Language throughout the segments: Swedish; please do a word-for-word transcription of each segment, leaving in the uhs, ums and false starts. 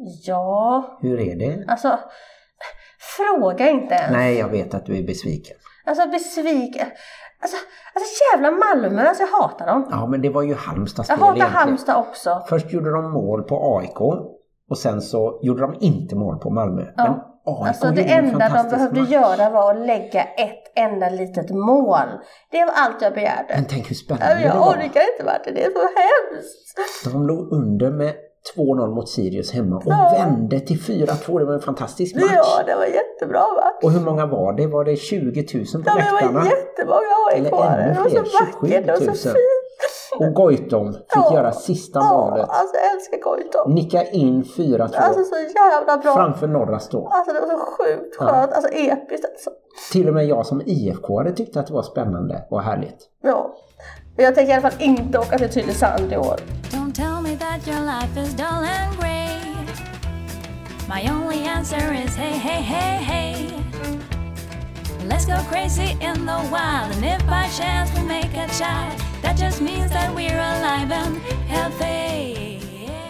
Ja. Hur är det? Alltså, fråga inte ens. Nej, jag vet att du är besviken. Alltså besviken. Alltså, alltså jävla Malmö, alltså jag hatar dem. Ja, men det var ju Halmstads Jag fel hatar egentligen. Halmstad också. Först gjorde de mål på A I K och sen så gjorde de inte mål på Malmö. Ja. Men A I K Alltså det enda de behövde match. göra var att lägga ett enda litet mål. Det var allt jag begärde. Men tänk hur spännande jag det var. Jag orkar inte vara det, det är så hemskt. De låg under med två noll mot Sirius hemma och ja. vände till fyra två. Det var en fantastisk match. Ja, det var jättebra match. Och hur många var det? Var det tjugo tusen på ja, läktarna? Det var jättemånga A I K-are. Det var så vackert, det var så fint. Och Goitom fick ja, göra sista ja, målet. Alltså jag älskar Goitom. Nicka in fyra två. Alltså så jävla bra. Framför norra stå. Alltså det var så sjukt skönt. Ja. Alltså episkt alltså. Till och med jag som I F K hade tyckte att det var spännande och härligt. Ja. Men jag tänker i alla fall inte åka till Tylösand i år. Don't tell me that your life is dull and grey. My only answer is hey, hey, hey, hey. Let's go crazy in the wild. And if by chance we make a child, that just means that we're alive and healthy.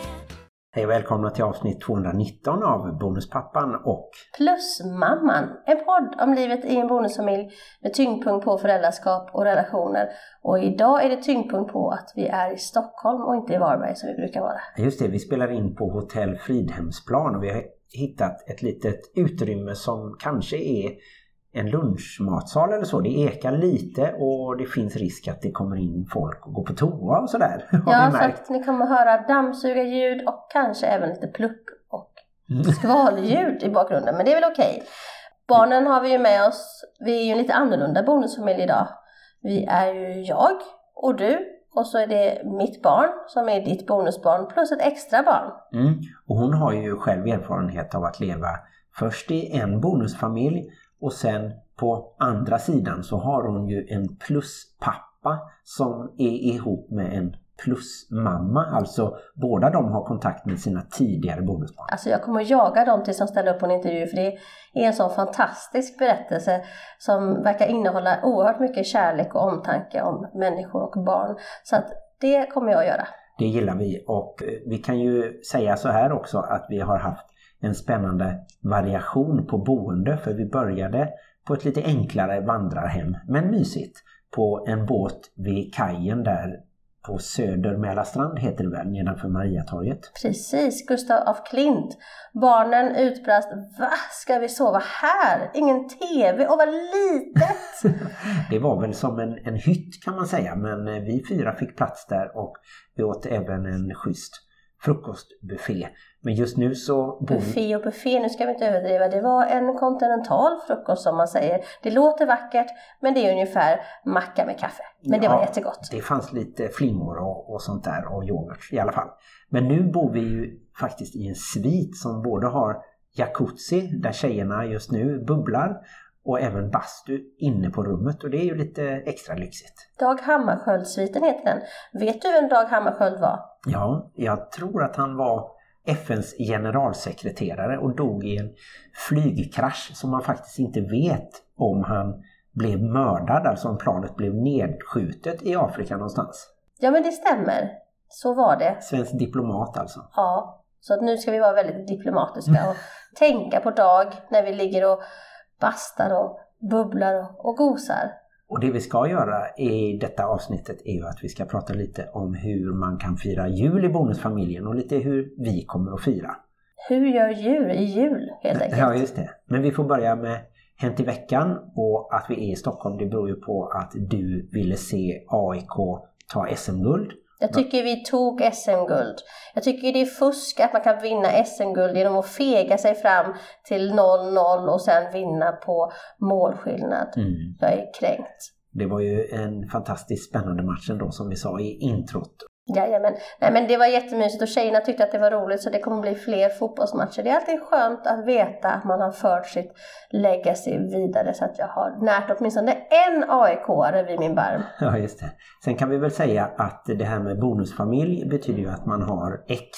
Hej och välkomna till avsnitt tvåhundranitton av Bonuspappan och Plusmamman. En podd om livet i en bonusfamilj med tyngdpunkt på föräldraskap och relationer. Och idag är det tyngdpunkt på att vi är i Stockholm och inte i Varberg som vi brukar vara. Just det, vi spelar in på Hotell Fridhemsplan och vi har hittat ett litet utrymme som kanske är en lunchmatsal eller så. Det ekar lite och det finns risk att det kommer in folk och går på toa och sådär. Ja, så att ni kommer höra dammsugarljud och kanske även lite plupp och skvalljud i bakgrunden. Men det är väl okej. Okay. Barnen har vi ju med oss. Vi är ju en lite annorlunda bonusfamilj idag. Vi är ju jag och du. Och så är det mitt barn som är ditt bonusbarn plus ett extra barn. Mm. Och hon har ju själv erfarenhet av att leva först i en bonusfamilj. Och sen på andra sidan så har hon ju en pluspappa som är ihop med en plusmamma. Alltså båda de har kontakt med sina tidigare bonusbarn. Alltså jag kommer att jaga dem tills de ställer upp på en intervju. För det är en sån fantastisk berättelse som verkar innehålla oerhört mycket kärlek och omtanke om människor och barn. Så att det kommer jag att göra. Det gillar vi och vi kan ju säga så här också att vi har haft en spännande variation på boende för vi började på ett lite enklare vandrarhem men mysigt på en båt vid kajen där på Söder Mälarstrand heter det väl nedanför Mariatorget. Precis, Gustav af Klint. Barnen utbrast, va? Ska vi sova här? Ingen tv och vad litet! Det var väl som en, en hytt kan man säga men vi fyra fick plats där och vi åt även en schysst frukostbuffé. Men just nu så... Buffé och buffé, nu ska vi inte överdriva. Det var en kontinental frukost som man säger. Det låter vackert, men det är ungefär macka med kaffe. Men det ja, var jättegott. Det fanns lite flingor och, och sånt där och yoghurt i alla fall. Men nu bor vi ju faktiskt i en svit som både har jacuzzi, där tjejerna just nu bubblar, och även bastu inne på rummet. Och det är ju lite extra lyxigt. Dag Hammarskjöld-sviten heter den. Vet du vem Dag Hammarskjöld var? Ja, jag tror att han var F N:s generalsekreterare och dog i en flygkrasch som man faktiskt inte vet om han blev mördad. Alltså om planet blev nedskjutet i Afrika någonstans. Ja, men det stämmer. Så var det. Svensk diplomat alltså. Ja, så att nu ska vi vara väldigt diplomatiska och tänka på Dag när vi ligger och bastar och bubblar och, och gosar. Och det vi ska göra i detta avsnittet är ju att vi ska prata lite om hur man kan fira jul i bonusfamiljen och lite hur vi kommer att fira. Hur gör djur i jul helt enkelt? Ja, just det. Men vi får börja med Hänt i veckan och att vi är i Stockholm, det beror ju på att du ville se A I K ta S M-guld. Jag tycker vi tog S M-guld. Jag tycker det är fusk att man kan vinna S M-guld genom att fega sig fram till noll noll och sen vinna på målskillnad. Mm. Jag är kränkt. Det var ju en fantastiskt spännande match ändå som vi sa i introt. Jajamän. Nej, men det var jättemysigt och tjejerna tyckte att det var roligt så det kommer bli fler fotbollsmatcher. Det är alltid skönt att veta att man har fört sitt legacy vidare så att jag har närt åtminstone en A I K-are vid min barm. Ja, just det. Sen kan vi väl säga att det här med bonusfamilj betyder ju att man har ex.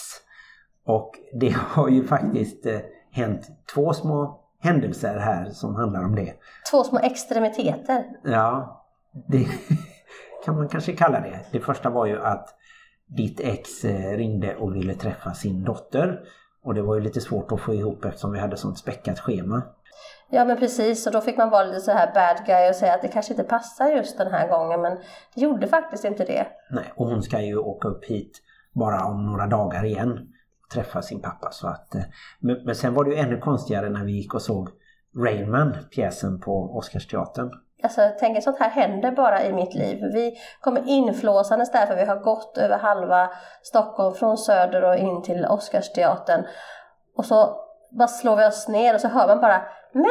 Och det har ju faktiskt eh, hänt två små händelser här som handlar om det. Två små extremiteter. Ja, det kan man kanske kalla det. Det första var ju att ditt ex ringde och ville träffa sin dotter Och det var ju lite svårt att få ihop eftersom vi hade sånt späckat schema. Ja men precis, och då fick man vara lite så här bad guy och säga att det kanske inte passar just den här gången, men det gjorde faktiskt inte det. Nej, och hon ska ju åka upp hit bara om några dagar igen och träffa sin pappa. Så att, men, men sen var det ju ännu konstigare när vi gick och såg Rain Man, pjäsen på Oscarsteatern. Alltså jag tänker, sånt här händer bara i mitt liv. Vi kommer inflåsandes där, för vi har gått över halva Stockholm från söder och in till Oscarsteatern. Och så bara slår vi oss ner och så hör man bara: men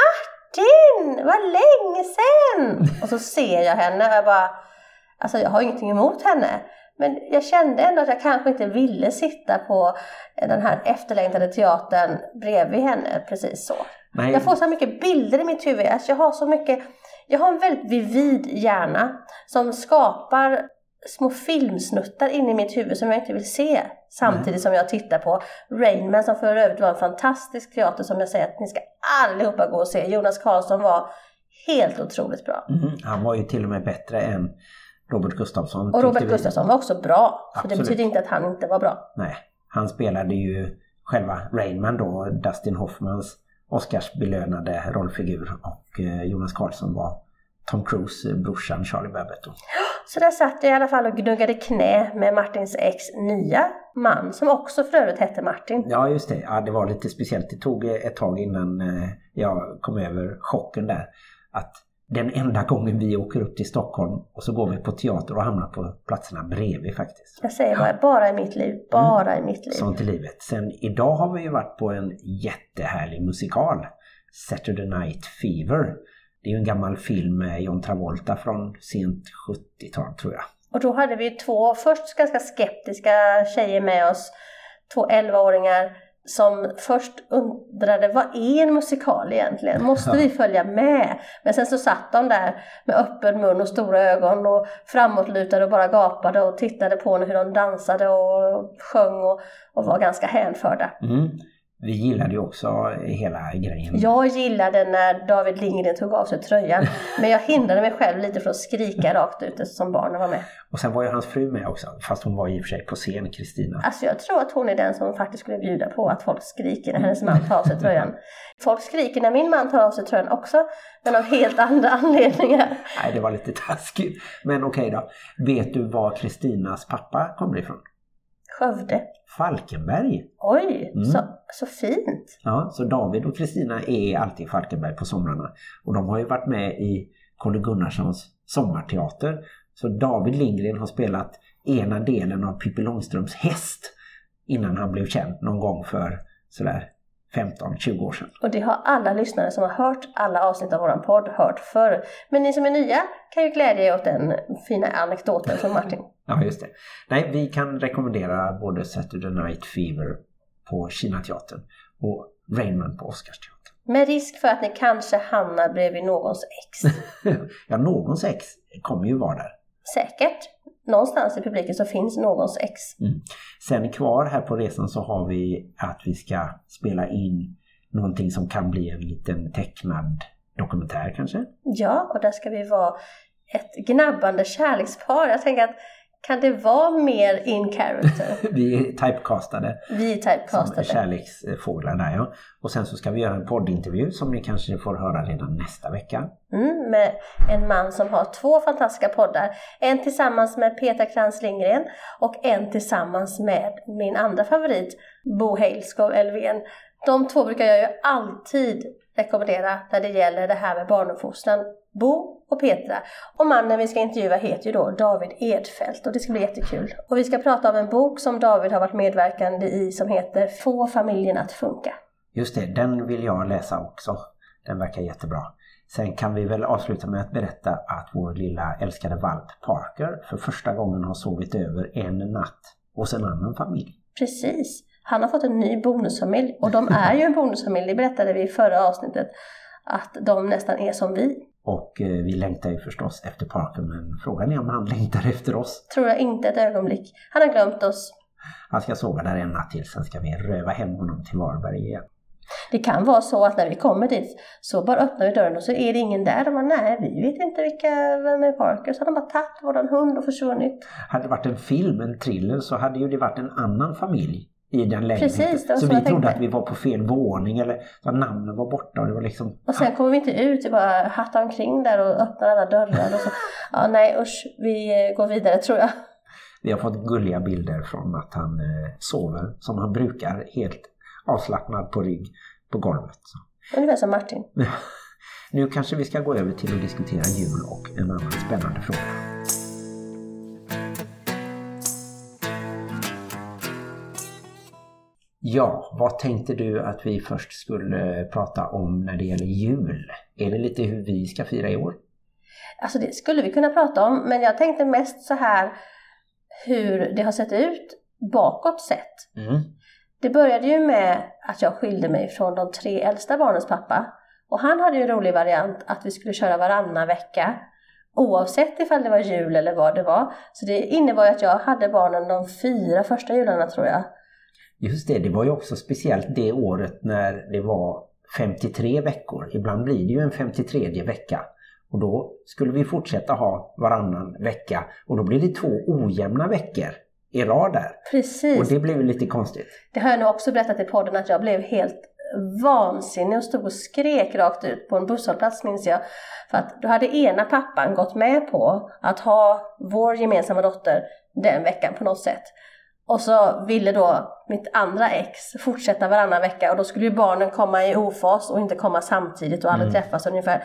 Martin, vad länge sedan! Och så ser jag henne och jag bara, alltså jag har ingenting emot henne. Men jag kände ändå att jag kanske inte ville sitta på den här efterlängtade teatern bredvid henne, precis så. Nej. Jag får så mycket bilder i mitt huvud. Alltså jag har så mycket, jag har en väldigt vivid hjärna som skapar små filmsnuttar in i mitt huvud som jag inte vill se. Samtidigt Nej. Som jag tittar på Rain Man, som för övrigt var en fantastisk teater som jag säger att ni ska allihopa gå och se. Jonas Karlsson var helt otroligt bra. Mm, han var ju till och med bättre än Robert Gustafsson. Och Robert Gustafsson var också bra. Så Absolut. Det betyder inte att han inte var bra. Nej, han spelade ju själva Rain Man då, Dustin Hoffmans Oscarsbelönade rollfigur, och Jonas Karlsson var Tom Cruise, brorsan Charlie Babbitt. Så där satt jag i alla fall och gnuggade knä med Martins ex nya man, som också för övrigt hette Martin. Ja just det, ja, det var lite speciellt. Det tog ett tag innan jag kom över chocken där. Att den enda gången vi åker upp till Stockholm och så går vi på teater och hamnar på platserna bredvid faktiskt. Jag säger bara, bara i mitt liv, bara mm. i mitt liv. Sånt i livet. Sen idag har vi ju varit på en jättehärlig musikal, Saturday Night Fever. Det är ju en gammal film med John Travolta från sent sjuttiotal tror jag. Och då hade vi två först ganska skeptiska tjejer med oss, två elvaåringar som först undrade, vad är en musikal egentligen? Måste vi följa med? Men sen så satt de där med öppen mun och stora ögon och framåtlutade och bara gapade och tittade på hur de dansade och sjöng och, och var ganska hänförda. Mm. Vi gillade ju också hela grejen. Jag gillade när David Lindgren tog av sig tröjan. Men jag hindrade mig själv lite från att skrika rakt ut som barnen var med. Och sen var ju hans fru med också. Fast hon var i och för sig på scen, Kristina. Alltså jag tror att hon är den som faktiskt skulle bjuda på att folk skriker när hennes man tar av sig tröjan. Folk skriker när min man tar av sig tröjan också. Men av helt andra anledningar. Nej, det var lite taskigt. Men okej då. Vet du var Kristinas pappa kommer ifrån? Skövde. Falkenberg. Oj, mm. så, så fint. Ja, så David och Kristina är alltid i Falkenberg på somrarna. Och de har ju varit med i Carl Gunnarssons sommarteater. Så David Lindgren har spelat ena delen av Pippi Långstrumps häst innan han blev känd någon gång för sådär femton tjugo år sedan. Och det har alla lyssnare som har hört alla avsnitt av våran podd hört förr. Men ni som är nya kan ju glädja er åt den fina anekdoten från Martin. Ja, just det. Nej, vi kan rekommendera både Saturday Night Fever på Kinateatern och Rain Man på Oscarsteatern. Med risk för att ni kanske hamnar bredvid någons ex. Ja, någons ex kommer ju vara där. Säkert. Någonstans i publiken så finns någons ex. Mm. Sen kvar här på resan så har vi att vi ska spela in någonting som kan bli en liten tecknad dokumentär kanske. Ja, och där ska vi vara ett gnabbande kärlekspar. Jag tänker att kan det vara mer in character? Vi är typecastade. Vi är typecastade. Som kärleksfåglar där, ja. Och sen så ska vi göra en poddintervju som ni kanske får höra redan nästa vecka. Mm, med en man som har två fantastiska poddar. En tillsammans med Peter Krantz Lindgren och en tillsammans med min andra favorit, Bo Heilskov Elfven. De två brukar jag ju alltid rekommendera när det gäller det här med barnuppfostran. Bo och Petra. Och mannen vi ska intervjua heter ju då David Edfält och det ska bli jättekul. Och vi ska prata om en bok som David har varit medverkande i som heter Få familjen att funka. Just det, den vill jag läsa också. Den verkar jättebra. Sen kan vi väl avsluta med att berätta att vår lilla älskade valp Parker för första gången har sovit över en natt hos en annan familj. Precis. Han har fått en ny bonusfamilj och de är ju en bonusfamilj. Det berättade vi i förra avsnittet att de nästan är som vi. Och eh, vi längtar ju förstås efter Parker, men frågan är om han längtar efter oss. Tror jag inte ett ögonblick. Han har glömt oss. Han ska sova där en natt till, sen ska vi röva hem honom till Varberg igen. Det kan vara så att när vi kommer dit så bara öppnar vi dörren och så är det ingen där. De bara, nej, vi vet inte vilka, vem är Parker. Så har de bara tagit våran hund och försvunnit. Hade det varit en film, en thriller, så hade ju det varit en annan familj i den lägenheten. Precis, så, så så vi trodde tänkte. Att vi var på fel våning eller att namnen var borta. Och, det var liksom... och sen kom vi inte ut, vi bara hattade omkring där och öppnade alla dörrar. Och så. Ja, nej usch, vi går vidare tror jag. Vi har fått gulliga bilder från att han eh, sover som han brukar, helt avslappnad på rygg på golvet. Så. Ungefär som Martin. Nu kanske vi ska gå över till att diskutera jul och en annan spännande fråga. Ja, vad tänkte du att vi först skulle prata om när det gäller jul? Är det lite hur vi ska fira i år? Alltså det skulle vi kunna prata om, men jag tänkte mest så här hur det har sett ut bakåt sett. Mm. Det började ju med att jag skilde mig från de tre äldsta barnens pappa. Och han hade ju en rolig variant att vi skulle köra varannan vecka. Oavsett ifall det var jul eller vad det var. Så det innebar ju att jag hade barnen de fyra första jularna tror jag. Just det, det var ju också speciellt det året när det var femtiotre veckor. Ibland blir det ju en femtiotredje vecka. Och då skulle vi fortsätta ha varannan vecka. Och då blir det två ojämna veckor i rad där. Precis. Och det blev lite konstigt. Det har jag nog också berättat i podden att jag blev helt vansinnig och stod och skrek rakt ut på en busshållplats minns jag. För att då hade ena pappan gått med på att ha vår gemensamma dotter den veckan på något sätt. Och så ville då mitt andra ex fortsätta varannan vecka. Och då skulle ju barnen komma i ofas och inte komma samtidigt och aldrig mm. träffas ungefär.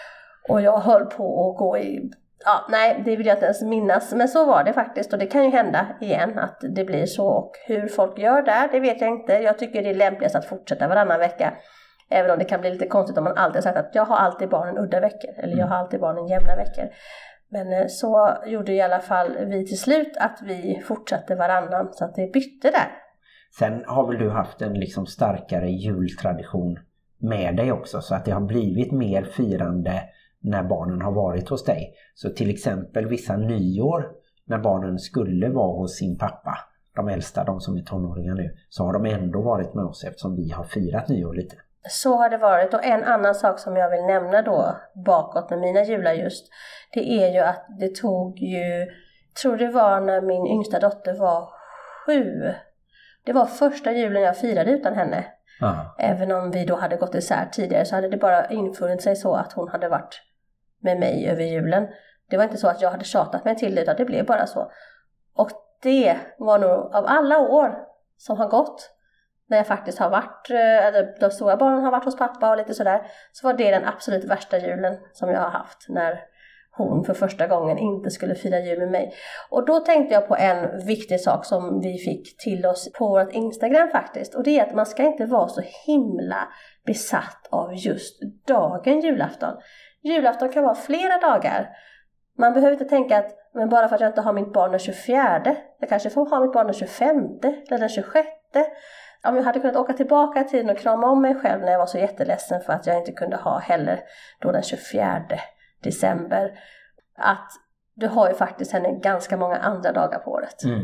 Och jag höll på att gå i... Ja, nej, det vill jag inte ens minnas. Men så var det faktiskt. Och det kan ju hända igen att det blir så. Och hur folk gör där, det vet jag inte. Jag tycker det är lämpligast att fortsätta varannan vecka. Även om det kan bli lite konstigt om man alltid har sagt att jag har alltid barnen udda veckor. Eller jag har alltid barnen jämna veckor. Men så gjorde i alla fall vi till slut att vi fortsatte varannan. Så att det bytte där. Sen har väl du haft en liksom starkare jultradition med dig också. Så att det har blivit mer firande när barnen har varit hos dig. Så till exempel vissa nyår när barnen skulle vara hos sin pappa, de äldsta, de som är tonåringar nu, så har de ändå varit med oss eftersom vi har firat nyår lite. Så har det varit. Och en annan sak som jag vill nämna då bakåt med mina jular just, det är ju att det tog ju, tror det var när min yngsta dotter var sju. Det var första julen jag firade utan henne. Aha. Även om vi då hade gått isär tidigare så hade det bara infunnit sig så att hon hade varit med mig över julen. Det var inte så att jag hade tjatat mig till det utan det blev bara så. Och det var nog av alla år som har gått när jag faktiskt har varit, eller de stora barnen har varit hos pappa och lite sådär, så var det den absolut värsta julen som jag har haft när hon för första gången inte skulle fira jul med mig. Och då tänkte jag på en viktig sak som vi fick till oss på vårt Instagram faktiskt. Och det är att man ska inte vara så himla besatt av just dagen julafton. Julafton kan vara flera dagar. Man behöver inte tänka att men bara för att jag inte har mitt barn den tjugofjärde, jag kanske får ha mitt barn den tjugofemte eller den tjugosjätte. Om jag hade kunnat åka tillbaka i tiden och krama om mig själv när jag var så jätteledsen för att jag inte kunde ha heller då den tjugofjärde december. Att du har ju faktiskt henne ganska många andra dagar på året. Mm.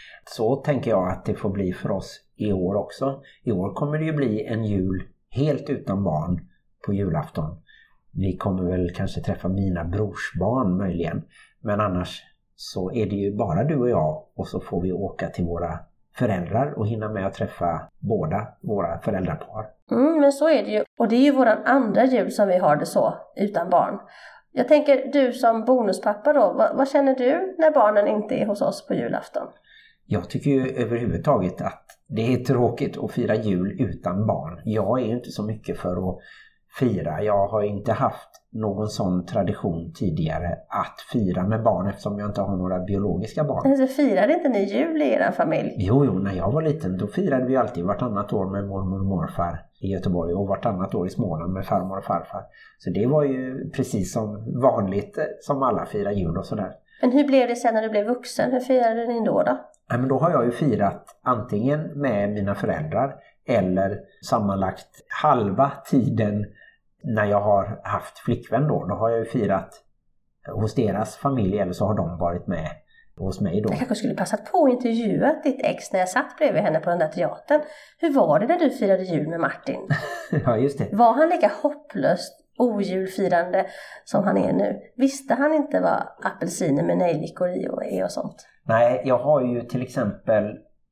Så tänker jag att det får bli för oss i år också. I år kommer det ju bli en jul helt utan barn på julafton. Vi kommer väl kanske träffa mina brorsbarn möjligen. Men annars så är det ju bara du och jag. Och så får vi åka till våra föräldrar och hinna med att träffa båda våra föräldrapar. Mm, men så är det ju. Och det är ju våran andra jul som vi har det så utan barn. Jag tänker, du som bonuspappa då, vad, vad känner du när barnen inte är hos oss på julafton? Jag tycker ju överhuvudtaget att det är tråkigt att fira jul utan barn. Jag är ju inte så mycket för att fira. Jag har inte haft någon sån tradition tidigare att fira med barn eftersom jag inte har några biologiska barn. Alltså, firade inte ni jul i er familj? Jo, jo, när jag var liten då firade vi alltid vartannat år med mormor och morfar i Göteborg och vartannat år i Småland med farmor och farfar. Så det var ju precis som vanligt som alla firar jul och sådär. Men hur blev det sen när du blev vuxen? Hur firade ni då då? Ja, men då har jag ju firat antingen med mina föräldrar eller sammanlagt halva tiden när jag har haft flickvän då. Då har jag ju firat hos deras familj eller så har de varit med hos mig då. Jag kanske skulle passat på att intervjua ditt ex när jag satt bredvid henne på den där teatern. Hur var det när du firade jul med Martin? Ja, just det. Var han lika hopplöst ojulfirande som han är nu? Visste han inte vad apelsiner med nejlikor i och är och sånt? Nej, jag har ju till exempel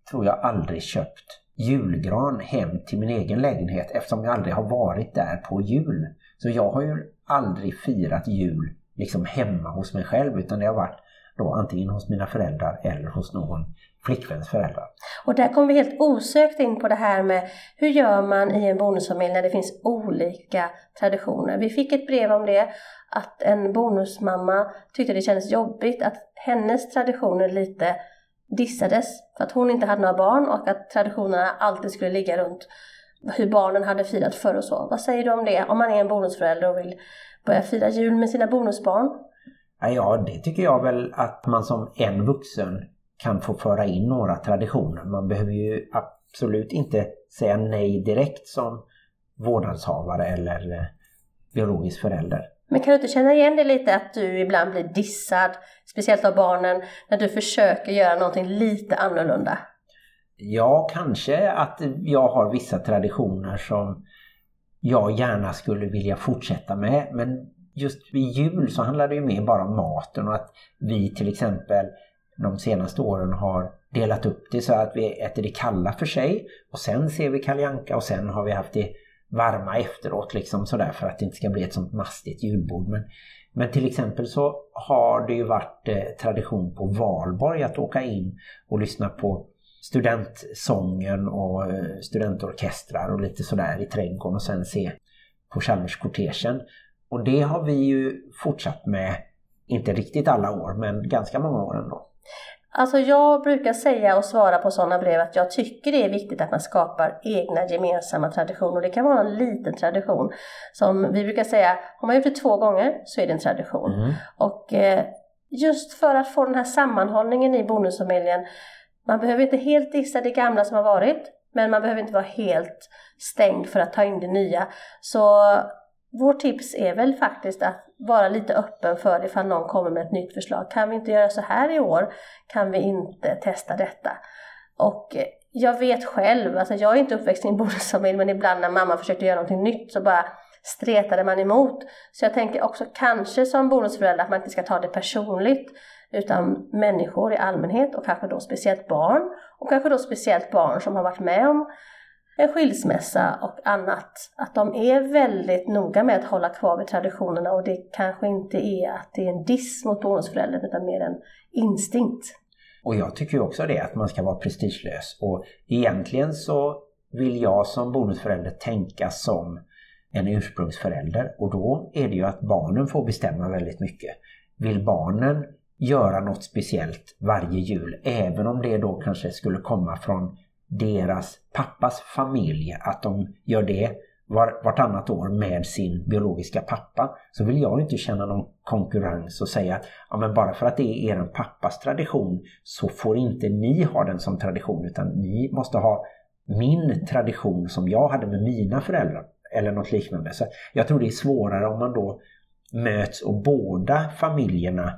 tror jag aldrig köpt julgran hem till min egen lägenhet eftersom jag aldrig har varit där på jul. Så jag har ju aldrig firat jul liksom hemma hos mig själv, utan det har varit då antingen hos mina föräldrar eller hos någon flickväns föräldrar. Och där kommer vi helt osökt in på det här med hur gör man i en bonusfamilj när det finns olika traditioner. Vi fick ett brev om det, att en bonusmamma tyckte det kändes jobbigt att hennes traditioner lite dissades för att hon inte hade några barn och att traditionerna alltid skulle ligga runt hur barnen hade firat förr och så. Vad säger du om det om man är en bonusförälder och vill börja fira jul med sina bonusbarn? Ja, det tycker jag väl att man som en vuxen kan få föra in några traditioner. Man behöver ju absolut inte säga nej direkt som vårdnadshavare eller biologisk förälder. Men kan du inte känna igen det lite att du ibland blir dissad, speciellt av barnen, när du försöker göra någonting lite annorlunda? Ja, kanske att jag har vissa traditioner som jag gärna skulle vilja fortsätta med. Men just vid jul så handlar det ju mer bara om maten och att vi till exempel de senaste åren har delat upp det så att vi äter det kalla för sig och sen ser vi Kalle Anka och sen har vi haft det varma efteråt liksom sådär för att det inte ska bli ett sånt mastigt julbord. Men, men till exempel så har det ju varit eh, tradition på Valborg att åka in och lyssna på studentsången och eh, studentorkestrar och lite sådär i trädgården och sen se på Chalmerskortegen. Och det har vi ju fortsatt med, inte riktigt alla år men ganska många år ändå. Alltså jag brukar säga och svara på sådana brev att jag tycker det är viktigt att man skapar egna gemensamma traditioner. Det kan vara en liten tradition. Som vi brukar säga, har man gjort det två gånger så är det en tradition. Mm. Och eh, just för att få den här sammanhållningen i bonusfamiljen, man behöver inte helt dissa det gamla som har varit, men man behöver inte vara helt stängd för att ta in det nya. Så vårt tips är väl faktiskt att vara lite öppen för ifall någon kommer med ett nytt förslag. Kan vi inte göra så här i år? Kan vi inte testa detta? Och jag vet själv, alltså jag är inte uppväxt i en bonusfamilj, men ibland när mamma försökte göra någonting nytt så bara stretade man emot. Så jag tänker också kanske som bonusförälder att man inte ska ta det personligt, utan människor i allmänhet och kanske då speciellt barn och kanske då speciellt barn som har varit med om en skilsmässa och annat, att de är väldigt noga med att hålla kvar vid traditionerna och det kanske inte är att det är en diss mot bonusföräldern utan mer en instinkt. Och jag tycker också det, att man ska vara prestigelös och egentligen så vill jag som bonusförälder tänka som en ursprungsförälder och då är det ju att barnen får bestämma väldigt mycket. Vill barnen göra något speciellt varje jul, även om det då kanske skulle komma från deras pappas familj, att de gör det var, vartannat år med sin biologiska pappa, så vill jag inte känna någon konkurrens och säga att ja, men bara för att det är er pappas tradition så får inte ni ha den som tradition, utan ni måste ha min tradition som jag hade med mina föräldrar eller något liknande. Så jag tror det är svårare om man då möts och båda familjerna,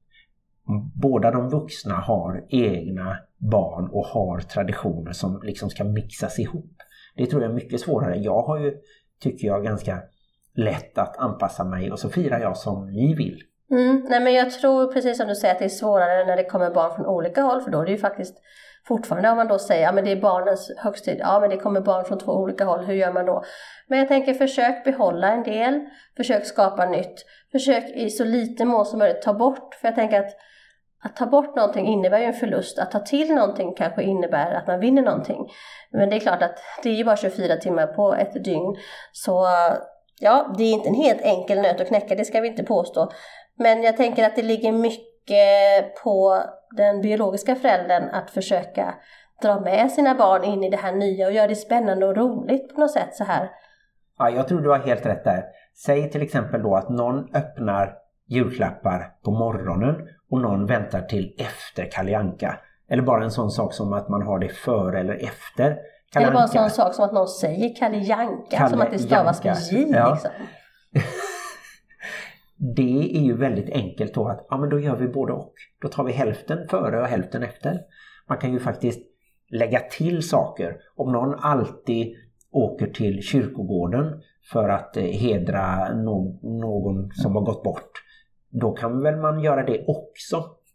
båda de vuxna har egna barn och har traditioner som liksom ska mixas ihop. Det tror jag är mycket svårare. Jag har ju, tycker jag, ganska lätt att anpassa mig och så firar jag som ni vill. Mm, nej men jag tror precis som du säger att det är svårare när det kommer barn från olika håll, för då är det ju faktiskt fortfarande om man då säger ja men det är barnens högstid, ja men det kommer barn från två olika håll, hur gör man då? Men jag tänker försök behålla en del, försök skapa nytt, försök i så lite mån som möjligt ta bort, för jag tänker att Att ta bort någonting innebär ju en förlust. Att ta till någonting kanske innebär att man vinner någonting. Men det är klart att det är ju bara tjugofyra timmar på ett dygn. Så ja, det är inte en helt enkel nöt att knäcka, det ska vi inte påstå. Men jag tänker att det ligger mycket på den biologiska föräldern att försöka dra med sina barn in i det här nya och göra det spännande och roligt på något sätt så här. Ja, jag tror du har helt rätt där. Säg till exempel då att någon öppnar julklappar på morgonen och någon väntar till efter Kalle Anka. Eller bara en sån sak som att man har det före eller efter Kalle Eller bara en Anka. sån sak som att någon säger Kalle Janka, Kalle som att det stavas med J ja. liksom. Det är ju väldigt enkelt då att ja, men då gör vi både och. Då tar vi hälften före och hälften efter. Man kan ju faktiskt lägga till saker. Om någon alltid åker till kyrkogården för att eh, hedra no- någon som har gått bort, då kan väl man göra det också.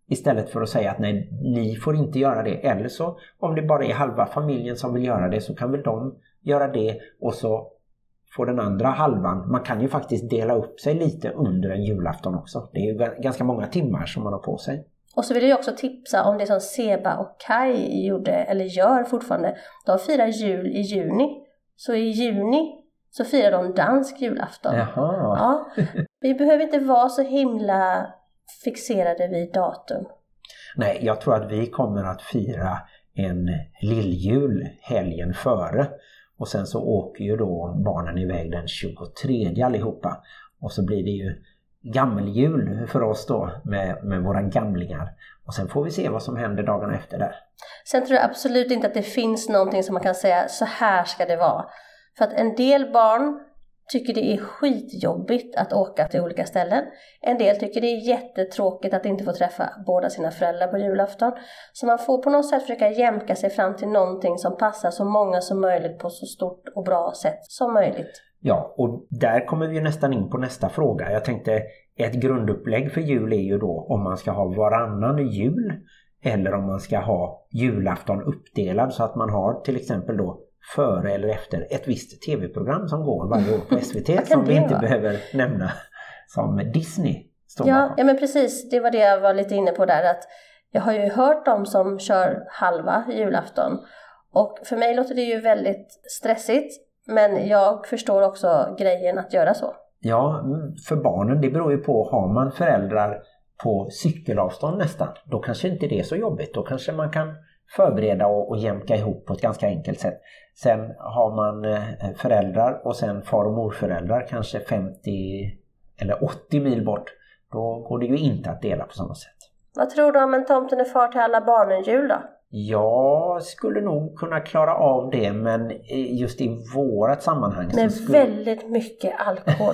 Istället för att säga att nej, ni får inte göra det. Eller så om det bara är halva familjen som vill göra det så kan väl de göra det och så får den andra halvan. Man kan ju faktiskt dela upp sig lite under en julafton också. Det är ju ganska många timmar som man har på sig. Och så vill jag också tipsa om det som Seba och Kai gjorde eller gör fortfarande. De firar jul i juni. Så i juni så firar de dansk julafton. Jaha. Ja, vi behöver inte vara så himla fixerade vid datum. Nej, jag tror att vi kommer att fira en lilljul helgen före. Och sen så åker ju då barnen iväg den tjugotredje allihopa. Och så blir det ju gammeljul för oss då med, med våra gamlingar. Och sen får vi se vad som händer dagen efter där. Sen tror jag absolut inte att det finns någonting som man kan säga så här ska det vara. För att en del barn tycker det är skitjobbigt att åka till olika ställen. En del tycker det är jättetråkigt att inte få träffa båda sina föräldrar på julafton. Så man får på något sätt försöka jämka sig fram till någonting som passar så många som möjligt på så stort och bra sätt som möjligt. Ja, och där kommer vi nästan in på nästa fråga. Jag tänkte, ett grundupplägg för jul är ju då om man ska ha varannan jul eller om man ska ha julafton uppdelad så att man har till exempel då före eller efter ett visst tv-program som går varje år på S V T som vi inte vara? behöver nämna, som Disney står Ja, bakom. ja, men precis. Det var det jag var lite inne på där. Att jag har ju hört dem som kör halva julafton. Och för mig låter det ju väldigt stressigt. Men jag förstår också grejen att göra så. Ja, för barnen, det beror ju på, har man föräldrar på cykelavstånd nästan, då kanske inte det är så jobbigt. Då kanske man kan förbereda och, och jämka ihop på ett ganska enkelt sätt. Sen har man föräldrar och sen far- och morföräldrar kanske femtio eller åttio mil bort. Då går det ju inte att dela på samma sätt. Vad tror du om en tomten är far till alla barnen jul då? Jag skulle nog kunna klara av det, men just i vårat sammanhang Med så skulle... väldigt mycket alkohol.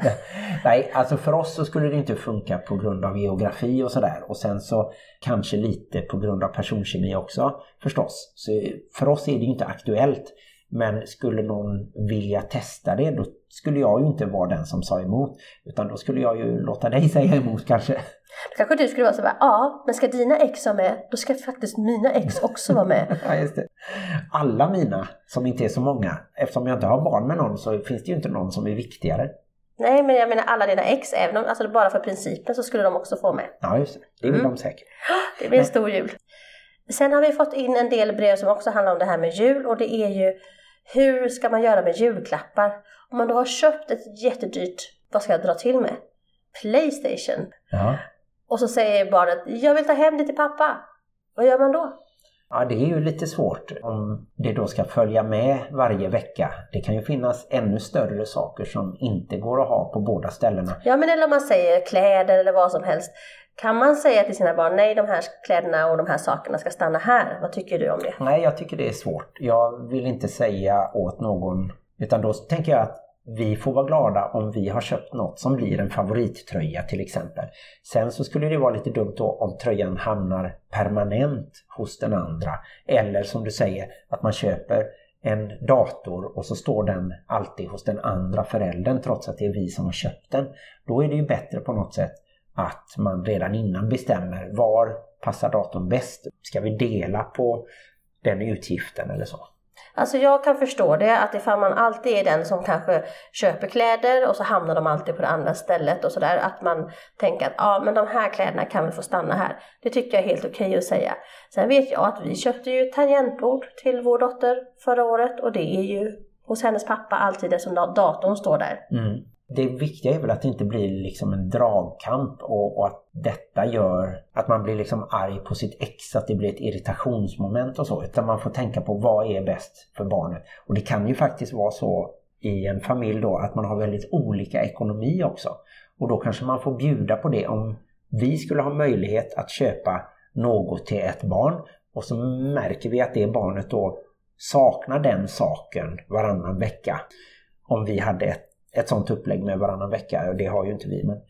Nej, alltså för oss så skulle det inte funka på grund av geografi och sådär. Och sen så kanske lite på grund av personkemi också förstås. Så för oss är det ju inte aktuellt. Men skulle någon vilja testa det, då skulle jag ju inte vara den som sa emot. Utan då skulle jag ju låta dig säga emot kanske. Då kanske du skulle vara så här, ja, men ska dina ex vara med, då ska faktiskt mina ex också vara med. Ja, just det. Alla mina, som inte är så många, eftersom jag inte har barn med någon så finns det ju inte någon som är viktigare. Nej, men jag menar alla dina ex, även om, alltså bara för principen så skulle de också få med. Ja, just det. Det vill mm. de säkert. Det blir en stor jul. Sen har vi fått in en del brev som också handlar om det här med jul, och det är ju hur ska man göra med julklappar? Om man då har köpt ett jättedyrt, vad ska jag dra till med? PlayStation. Ja. Och så säger barnet, jag vill ta hem det till pappa. Vad gör man då? Ja, det är ju lite svårt om det då ska följa med varje vecka. Det kan ju finnas ännu större saker som inte går att ha på båda ställena. Ja, men eller om man säger kläder eller vad som helst. Kan man säga till sina barn, nej, de här kläderna och de här sakerna ska stanna här? Vad tycker du om det? Nej, jag tycker det är svårt. Jag vill inte säga åt någon, utan då tänker jag att vi får vara glada om vi har köpt något som blir en favorittröja till exempel. Sen så skulle det vara lite dumt då om tröjan hamnar permanent hos den andra. Eller som du säger, att man köper en dator och så står den alltid hos den andra föräldern trots att det är vi som har köpt den. Då är det ju bättre på något sätt att man redan innan bestämmer var passar datorn bäst. Ska vi dela på den utgiften eller så? Alltså jag kan förstå det, att ifall man alltid är den som kanske köper kläder och så hamnar de alltid på det andra stället och sådär, att man tänker att ja, men de här kläderna kan väl få stanna här. Det tycker jag är helt okej att säga. Sen vet jag att vi köpte ju tangentbord till vår dotter förra året, och det är ju hos hennes pappa alltid det som datorn står där. Mm. Det viktiga är väl att det inte blir liksom en dragkamp och, och att detta gör att man blir liksom arg på sitt ex, att det blir ett irritationsmoment och så, utan man får tänka på vad är bäst för barnet. Och det kan ju faktiskt vara så i en familj då att man har väldigt olika ekonomi också, och då kanske man får bjuda på det. Om vi skulle ha möjlighet att köpa något till ett barn och så märker vi att det barnet då saknar den saken varannan vecka, om vi hade ett ett sånt upplägg med varannan vecka, och det har ju inte vi, men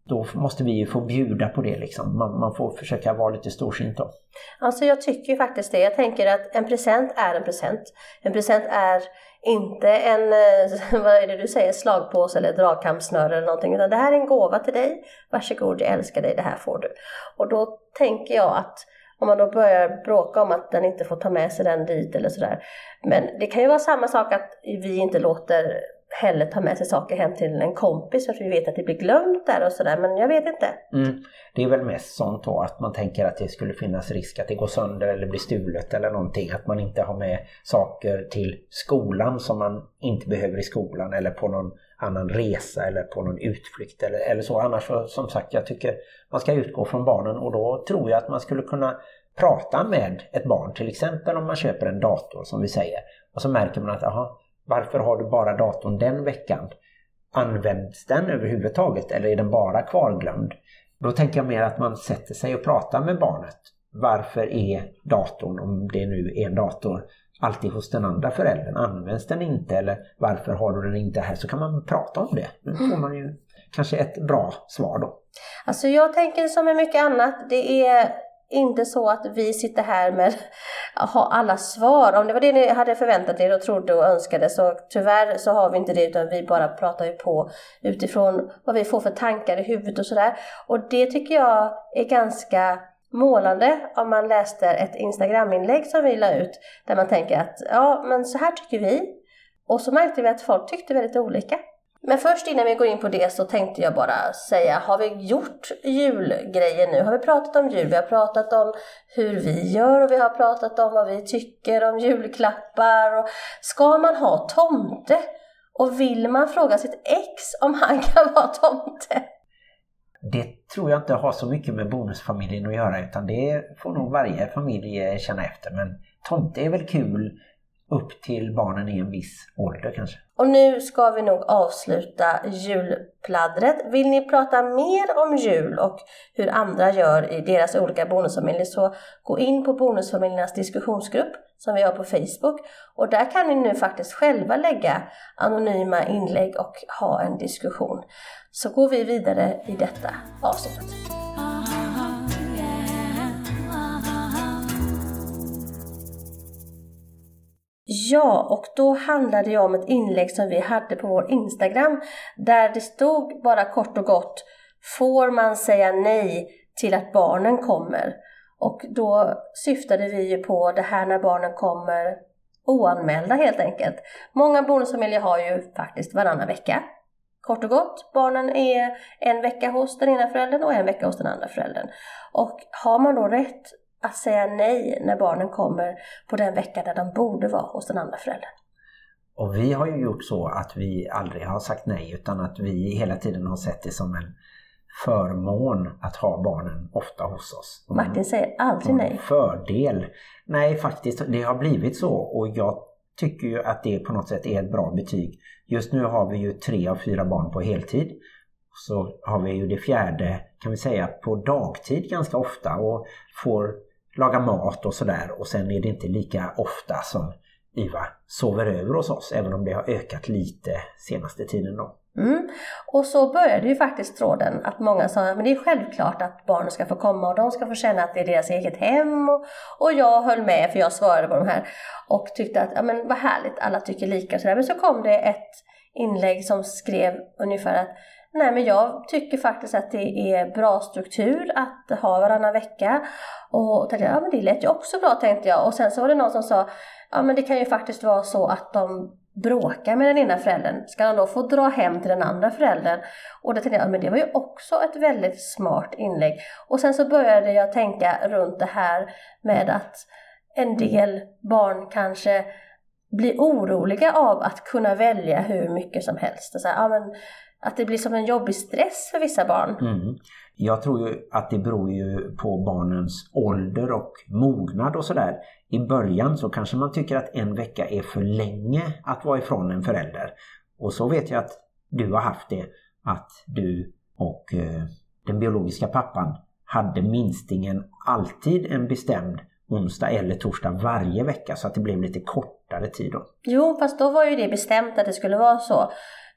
då måste vi ju få bjuda på det liksom. Man, man får försöka vara lite storsint då. Alltså jag tycker ju faktiskt det. Jag tänker att en present är en present. En present är inte en, vad är det du säger, slagpåse eller dragkampsnöre eller någonting. Utan det här är en gåva till dig. Varsågod, jag älskar dig, det här får du. Och då tänker jag att om man då börjar bråka om att den inte får ta med sig den dit eller sådär. Men det kan ju vara samma sak att vi inte låter heller ta med sig saker hem till en kompis för att vi vet att det blir glömt där och sådär, men jag vet inte. Mm. Det är väl mest sånt då att man tänker att det skulle finnas risk att det går sönder eller blir stulet eller någonting, att man inte har med saker till skolan som man inte behöver i skolan eller på någon annan resa eller på någon utflykt eller, eller så. Annars så, som sagt, jag tycker man ska utgå från barnen, och då tror jag att man skulle kunna prata med ett barn, till exempel om man köper en dator som vi säger, och så märker man att aha, varför har du bara datorn den veckan? Används den överhuvudtaget eller är den bara kvarglömd? Då tänker jag mer att man sätter sig och pratar med barnet. Varför är datorn, om det nu är en dator, alltid hos den andra föräldern? Används den inte, eller varför har du den inte här? Så kan man prata om det. Då får man ju kanske ett bra svar då. Alltså jag tänker som med mycket annat, det är inte så att vi sitter här med att ha alla svar. Om det var det ni hade förväntat er och trodde och önskade, så tyvärr så har vi inte det, utan vi bara pratar ju på utifrån vad vi får för tankar i huvudet och sådär. Och det tycker jag är ganska målande om man läste ett Instagram-inlägg som vi la ut där man tänker att ja, men så här tycker vi. Och så märkte vi att folk tyckte väldigt olika. Men först innan vi går in på det så tänkte jag bara säga, har vi gjort julgrejer nu? Har vi pratat om jul? Vi har pratat om hur vi gör och vi har pratat om vad vi tycker om julklappar. Och ska man ha tomte? Och vill man fråga sitt ex om han kan vara tomte? Det tror jag inte har så mycket med bonusfamiljen att göra, utan det får nog varje familj känna efter. Men tomte är väl kul upp till barnen i en viss ålder kanske. Och nu ska vi nog avsluta julpladdret. Vill ni prata mer om jul och hur andra gör i deras olika bonusfamiljer, så gå in på bonusfamiljernas diskussionsgrupp som vi har på Facebook. Och där kan ni nu faktiskt själva lägga anonyma inlägg och ha en diskussion. Så går vi vidare i detta avsnittet. Ja, och då handlade det om ett inlägg som vi hade på vår Instagram där det stod bara kort och gott: får man säga nej till att barnen kommer? Och då syftade vi ju på det här när barnen kommer oanmälda helt enkelt. Många bonusfamiljer har ju faktiskt varannan vecka. Kort och gott, barnen är en vecka hos den ena föräldern och en vecka hos den andra föräldern. Och har man då rätt att säga nej när barnen kommer på den veckan där de borde vara hos den andra föräldern? Och vi har ju gjort så att vi aldrig har sagt nej, utan att vi hela tiden har sett det som en förmån att ha barnen ofta hos oss. Och Martin säger aldrig nej. Fördel. Nej, faktiskt, det har blivit så, och jag tycker ju att det på något sätt är ett bra betyg. Just nu har vi ju tre av fyra barn på heltid. Så har vi ju det fjärde, kan vi säga, på dagtid ganska ofta och får laga mat och sådär. Och sen är det inte lika ofta som Iva sover över hos oss, även om det har ökat lite senaste tiden då. Mm. Och så började ju faktiskt tråden att många sa att det är självklart att barnen ska få komma och de ska få känna att det är deras eget hem. Och, och jag höll med, för jag svarade på de här och tyckte att ja, men vad härligt, alla tycker lika. Så där. Men så kom det ett inlägg som skrev ungefär att nej, men jag tycker faktiskt att det är bra struktur att ha varannan vecka. Och tänkte, ja men det lät ju också bra, tänkte jag. Och sen så var det någon som sa, ja men det kan ju faktiskt vara så att de bråkar med den ena föräldern. Ska de då få dra hem till den andra föräldern? Och då tänkte jag, ja men det var ju också ett väldigt smart inlägg. Och sen så började jag tänka runt det här med att en del barn kanske blir oroliga av att kunna välja hur mycket som helst. Så här, ja men att det blir som en jobbig stress för vissa barn. Mm. Jag tror ju att det beror ju på barnens ålder och mognad och sådär. I början så kanske man tycker att en vecka är för länge att vara ifrån en förälder. Och så vet jag att du har haft det. Att du och eh, den biologiska pappan hade minstingen alltid en bestämd onsdag eller torsdag varje vecka. Så att det blev lite kortare tid då. Jo, fast då var ju det bestämt att det skulle vara så.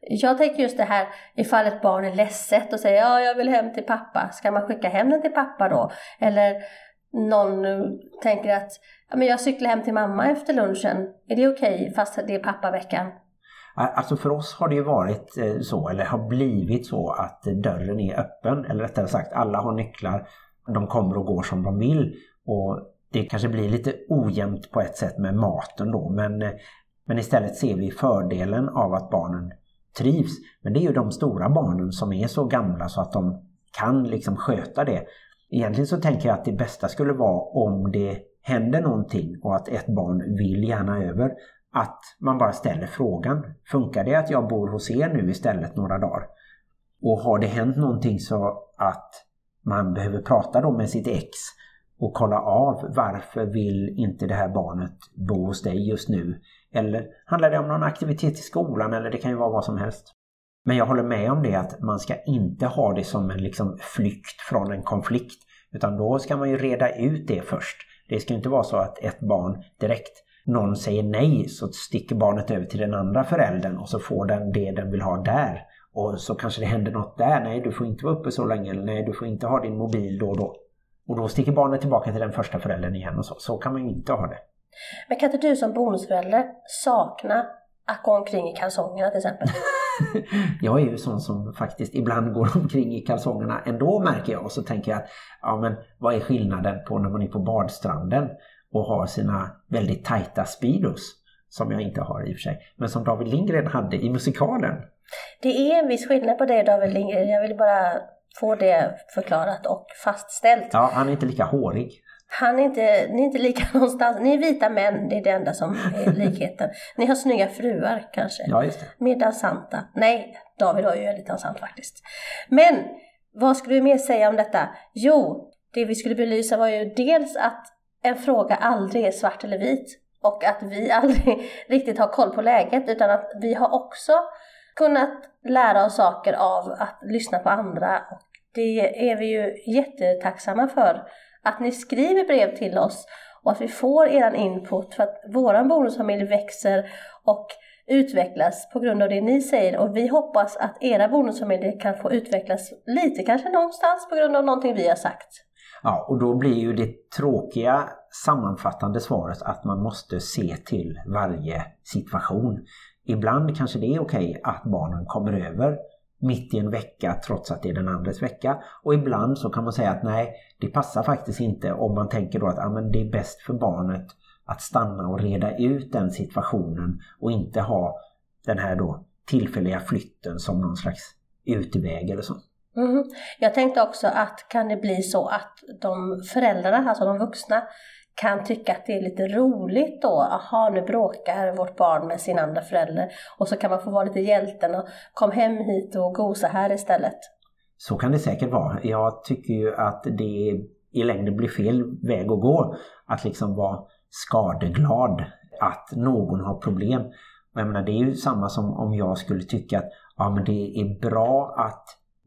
Jag tänker just det här, ifall ett barn är ledset och säger ja, jag vill hem till pappa. Ska man skicka hem den till pappa då? Eller någon tänker att ja, men jag cyklar hem till mamma efter lunchen. Är det okej fast det är pappaveckan? Alltså för oss har det ju varit så, eller har blivit så att dörren är öppen. Eller rättare sagt, alla har nycklar. De kommer och går som de vill. Och det kanske blir lite ojämnt på ett sätt med maten då. Men, men istället ser vi fördelen av att barnen trivs. Men det är ju de stora barnen som är så gamla så att de kan liksom sköta det. Egentligen så tänker jag att det bästa skulle vara om det händer någonting och att ett barn vill gärna över. Att man bara ställer frågan. Funkar det att jag bor hos er nu istället några dagar? Och har det hänt någonting så att man behöver prata då med sitt ex och kolla av varför vill inte det här barnet bo hos dig just nu? Eller handlar det om någon aktivitet i skolan, eller det kan ju vara vad som helst. Men jag håller med om det att man ska inte ha det som en liksom flykt från en konflikt. Utan då ska man ju reda ut det först. Det ska inte vara så att ett barn direkt, någon säger nej så sticker barnet över till den andra föräldern och så får den det den vill ha där. Och så kanske det händer något där. Nej, du får inte vara uppe så länge. Eller nej, du får inte ha din mobil då och då. Och då sticker barnet tillbaka till den första föräldern igen och så. Så kan man ju inte ha det. Men kan inte du som bonusförälder sakna att gå omkring i kalsongerna till exempel? Jag är ju sån som faktiskt ibland går omkring i kalsongerna ändå, märker jag. Och så tänker jag att ja, men vad är skillnaden på när man är på badstranden och har sina väldigt tajta speedos, som jag inte har i och för sig, men som David Lindgren hade i musikalen. Det är en viss skillnad på det, David Lindgren. Jag vill bara få det förklarat och fastställt. Ja, han är inte lika hårig. Han är inte, ni är inte lika någonstans. Ni är vita män, det är det enda som är likheten. Ni har snygga fruar kanske. Ja, just det. Mer dansanta. Nej, David var ju väldigt dansant faktiskt. Men vad skulle du mer säga om detta? Jo, det vi skulle belysa var ju dels att en fråga aldrig är svart eller vit. Och att vi aldrig riktigt har koll på läget, utan att vi har också kunnat lära oss saker av att lyssna på andra. Och det är vi ju jättetacksamma för. Att ni skriver brev till oss och att vi får er input, för att våran bonusfamilj växer och utvecklas på grund av det ni säger. Och vi hoppas att era bonusfamiljer kan få utvecklas lite, kanske någonstans på grund av någonting vi har sagt. Ja, och då blir ju det tråkiga sammanfattande svaret att man måste se till varje situation. Ibland kanske det är okej att barnen kommer över mitt i en vecka trots att det är den andres vecka. Och ibland så kan man säga att nej, det passar faktiskt inte, om man tänker då att ja, men det är bäst för barnet att stanna och reda ut den situationen och inte ha den här då tillfälliga flytten som någon slags utväg eller så. Mm. Jag tänkte också att kan det bli så att de föräldrarna, alltså de vuxna, kan tycka att det är lite roligt då. Aha, nu bråkar vårt barn med sin andra förälder. Och så kan man få vara lite hjälten och kom hem hit och gosa här istället. Så kan det säkert vara. Jag tycker ju att det i längden blir fel väg att gå. Att liksom vara skadeglad. Att någon har problem. Jag menar, det är ju samma som om jag skulle tycka att ja, men det är bra att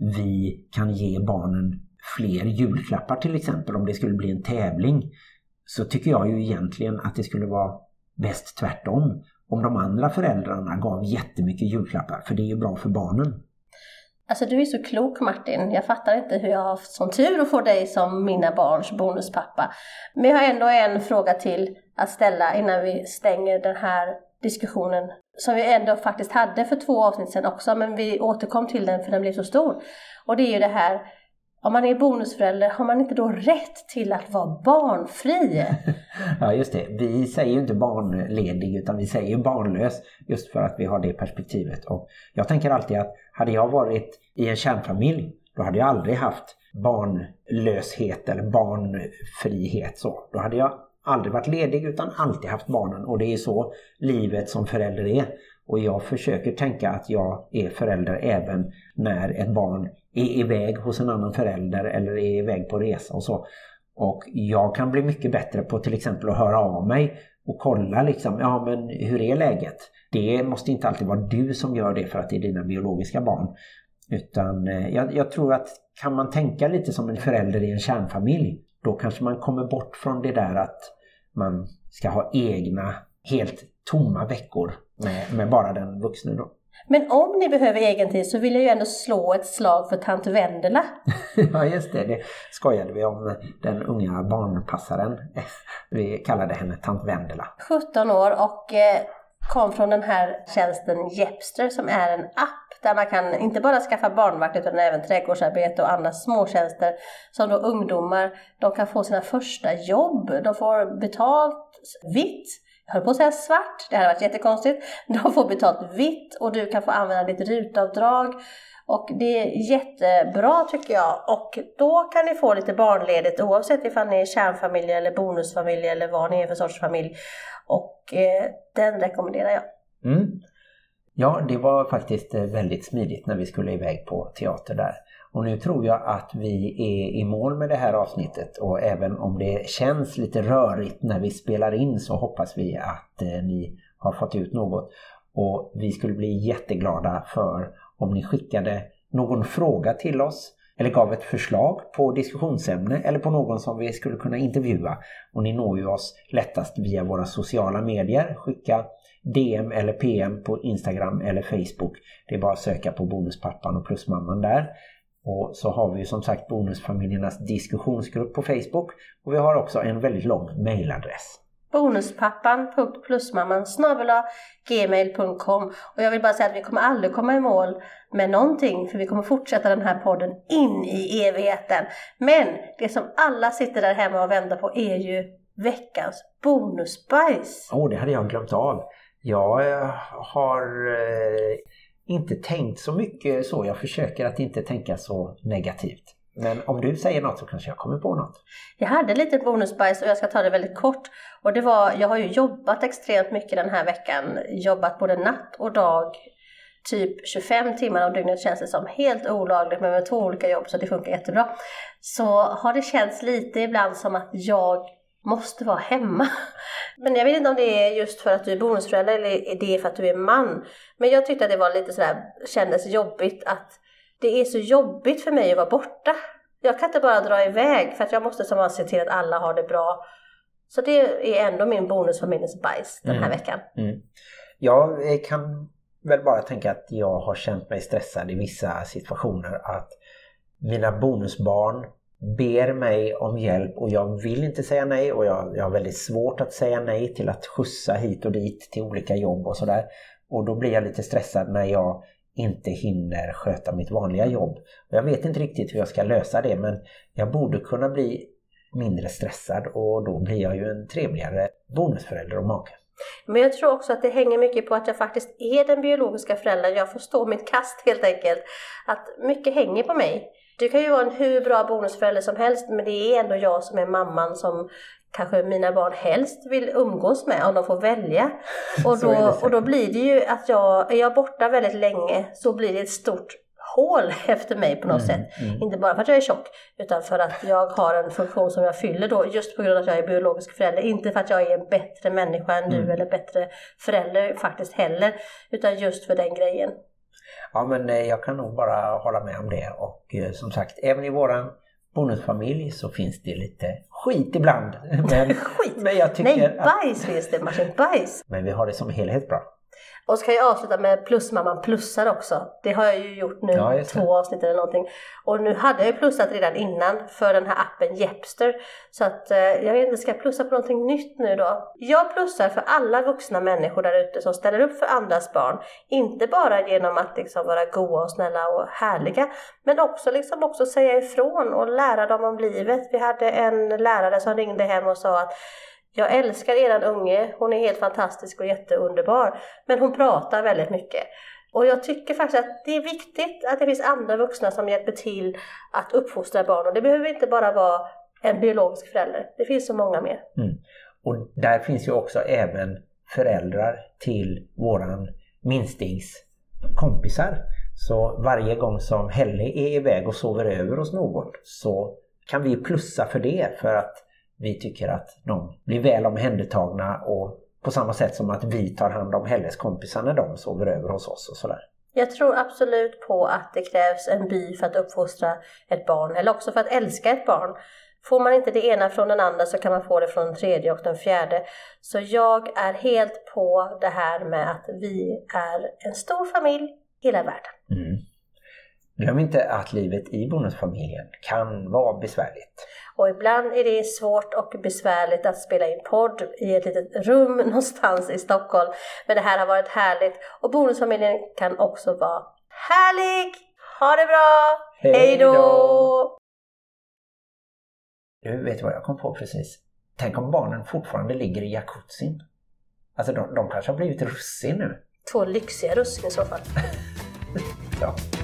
vi kan ge barnen fler julklappar till exempel. Om det skulle bli en tävling, så tycker jag ju egentligen att det skulle vara bäst tvärtom. Om de andra föräldrarna gav jättemycket julklappar, för det är ju bra för barnen. Alltså du är så klok, Martin. Jag fattar inte hur jag har haft sån tur att få dig som mina barns bonuspappa. Men jag har ändå en fråga till att ställa innan vi stänger den här diskussionen. Som vi ändå faktiskt hade för två avsnitt sedan också. Men vi återkom till den för den blev så stor. Och det är ju det här: om man är bonusförälder, har man inte då rätt till att vara barnfri? Ja, just det. Vi säger ju inte barnledig utan vi säger barnlös, just för att vi har det perspektivet. Och jag tänker alltid att hade jag varit i en kärnfamilj, då hade jag aldrig haft barnlöshet eller barnfrihet. Så. Då hade jag aldrig varit ledig utan alltid haft barnen. Och det är så livet som förälder är. Och jag försöker tänka att jag är förälder även när ett barn är iväg hos en annan förälder eller är iväg på resa och så. Och jag kan bli mycket bättre på till exempel att höra av mig och kolla liksom, ja men hur är läget? Det måste inte alltid vara du som gör det för att det är dina biologiska barn. Utan jag, jag tror att kan man tänka lite som en förälder i en kärnfamilj, då kanske man kommer bort från det där att man ska ha egna helt tomma veckor med, med bara den vuxna då. Men om ni behöver egen tid så vill jag ju ändå slå ett slag för tant Vendela. Ja just det, det skojade vi om den unga barnpassaren. Vi kallade henne tant Vendela. sjutton år och eh, kom från den här tjänsten Jepster som är en app där man kan inte bara skaffa barnvakt utan även trädgårdsarbete och andra småtjänster som då ungdomar, de kan få sina första jobb. De får betalt vitt. Jag höll på att säga svart, det här har varit jättekonstigt. De får betalt vitt och du kan få använda ditt rutavdrag. Och det är jättebra tycker jag. Och då kan ni få lite barnledigt oavsett ifall ni är kärnfamilj eller bonusfamilj eller vad ni är för sorts familj. Och eh, den rekommenderar jag. Mm. Ja, det var faktiskt väldigt smidigt när vi skulle iväg på teater där. Och nu tror jag att vi är i mål med det här avsnittet. Och även om det känns lite rörigt när vi spelar in så hoppas vi att eh, ni har fått ut något. Och vi skulle bli jätteglada för om ni skickade någon fråga till oss. Eller gav ett förslag på diskussionsämne eller på någon som vi skulle kunna intervjua. Och ni når ju oss lättast via våra sociala medier. Skicka D M eller P M på Instagram eller Facebook. Det är bara att söka på Bonuspappan och Plusmamman där. Och så har vi ju som sagt Bonusfamiljernas diskussionsgrupp på Facebook. Och vi har också en väldigt lång mailadress. bonuspappan punkt plusmamman snabel-a gmail punkt com. Och jag vill bara säga att vi kommer aldrig komma i mål med någonting, för vi kommer fortsätta den här podden in i evigheten. Men det som alla sitter där hemma och väntar på är ju veckans bonusbajs. Åh, oh, det hade jag glömt av. Jag eh, har eh, inte tänkt så mycket så. Jag försöker att inte tänka så negativt. Men om du säger något så kanske jag kommer på något. Jag hade lite bonusbajs och jag ska ta det väldigt kort. Och det var, jag har ju jobbat extremt mycket den här veckan. Jobbat både natt och dag. Typ tjugofem timmar om dygnet känns det som. Helt olagligt men med två olika jobb så det funkar jättebra. Så har det känts lite ibland som att jag måste vara hemma. Men jag vet inte om det är just för att du är bonusförälder eller är det för att du är man. Men jag tyckte att det var lite sådär, kändes jobbigt att det är så jobbigt för mig att vara borta. Jag kan inte bara dra iväg för att jag måste som se till att alla har det bra. Så det är ändå min bonusfamiljens bajs den här mm. veckan. Mm. Jag kan väl bara tänka att jag har känt mig stressad i vissa situationer. Att mina bonusbarn ber mig om hjälp och jag vill inte säga nej. Och jag, jag har väldigt svårt att säga nej till att skjutsa hit och dit till olika jobb och sådär. Och då blir jag lite stressad när jag inte hinner sköta mitt vanliga jobb. Och jag vet inte riktigt hur jag ska lösa det, men jag borde kunna bli mindre stressad och då blir jag ju en trevligare bonusförälder och make. Men jag tror också att det hänger mycket på att jag faktiskt är den biologiska föräldern. Jag får stå mitt kast helt enkelt. Att mycket hänger på mig. Du kan ju vara en hur bra bonusförälder som helst, men det är ändå jag som är mamman som kanske mina barn helst vill umgås med om de får välja. Och då, och då blir det ju att jag, är jag borta väldigt länge så blir det ett stort hål efter mig på något mm, sätt. Mm. Inte bara för att jag är tjock utan för att jag har en funktion som jag fyller då just på grund av att jag är biologisk förälder. Inte för att jag är en bättre människa än mm. du eller bättre förälder faktiskt heller, utan just för den grejen. Ja, men jag kan nog bara hålla med om det. Och som sagt, även i våran bonusfamilj så finns det lite skit ibland. Men, skit? Men jag tycker Nej, bajs att... finns det, Martin, bajs. Men vi har det som helhet bra. Och så kan jag avsluta med plusmamman plussar också. Det har jag ju gjort nu, ja, två avsnitt eller någonting. Och nu hade jag ju plussat redan innan för den här appen Jepster. Så att eh, jag vet inte, ska jag plussa på någonting nytt nu då? Jag plussar för alla vuxna människor där ute som ställer upp för andras barn. Inte bara genom att liksom vara goda och snälla och härliga. Men också liksom också säga ifrån och lära dem om livet. Vi hade en lärare som ringde hem och sa att jag älskar eran unge, hon är helt fantastisk och jätteunderbar. Men hon pratar väldigt mycket. Och jag tycker faktiskt att det är viktigt att det finns andra vuxna som hjälper till att uppfostra barn. Och det behöver inte bara vara en biologisk förälder. Det finns så många mer. Mm. Och där finns ju också även föräldrar till våran minstings kompisar. Så varje gång som Helle är iväg och sover över hos någon så kan vi plussa för det, för att vi tycker att de blir väl omhändertagna och på samma sätt som att vi tar hand om Helles kompisar när de sover över hos oss och sådär. Jag tror absolut på att det krävs en by för att uppfostra ett barn eller också för att älska ett barn. Får man inte det ena från den andra så kan man få det från den tredje och den fjärde. Så jag är helt på det här med att vi är en stor familj i hela världen. Mm. Glöm inte att livet i bonusfamiljen kan vara besvärligt. Och ibland är det svårt och besvärligt att spela in podd i ett litet rum någonstans i Stockholm. Men det här har varit härligt. Och bonusfamiljen kan också vara härlig. Ha det bra. Hej då! Du vet vad jag kom på precis? Tänk om barnen fortfarande ligger i jacuzzin. Alltså de, de kanske har blivit russin nu. Två lyxiga russin i så fall. Ja.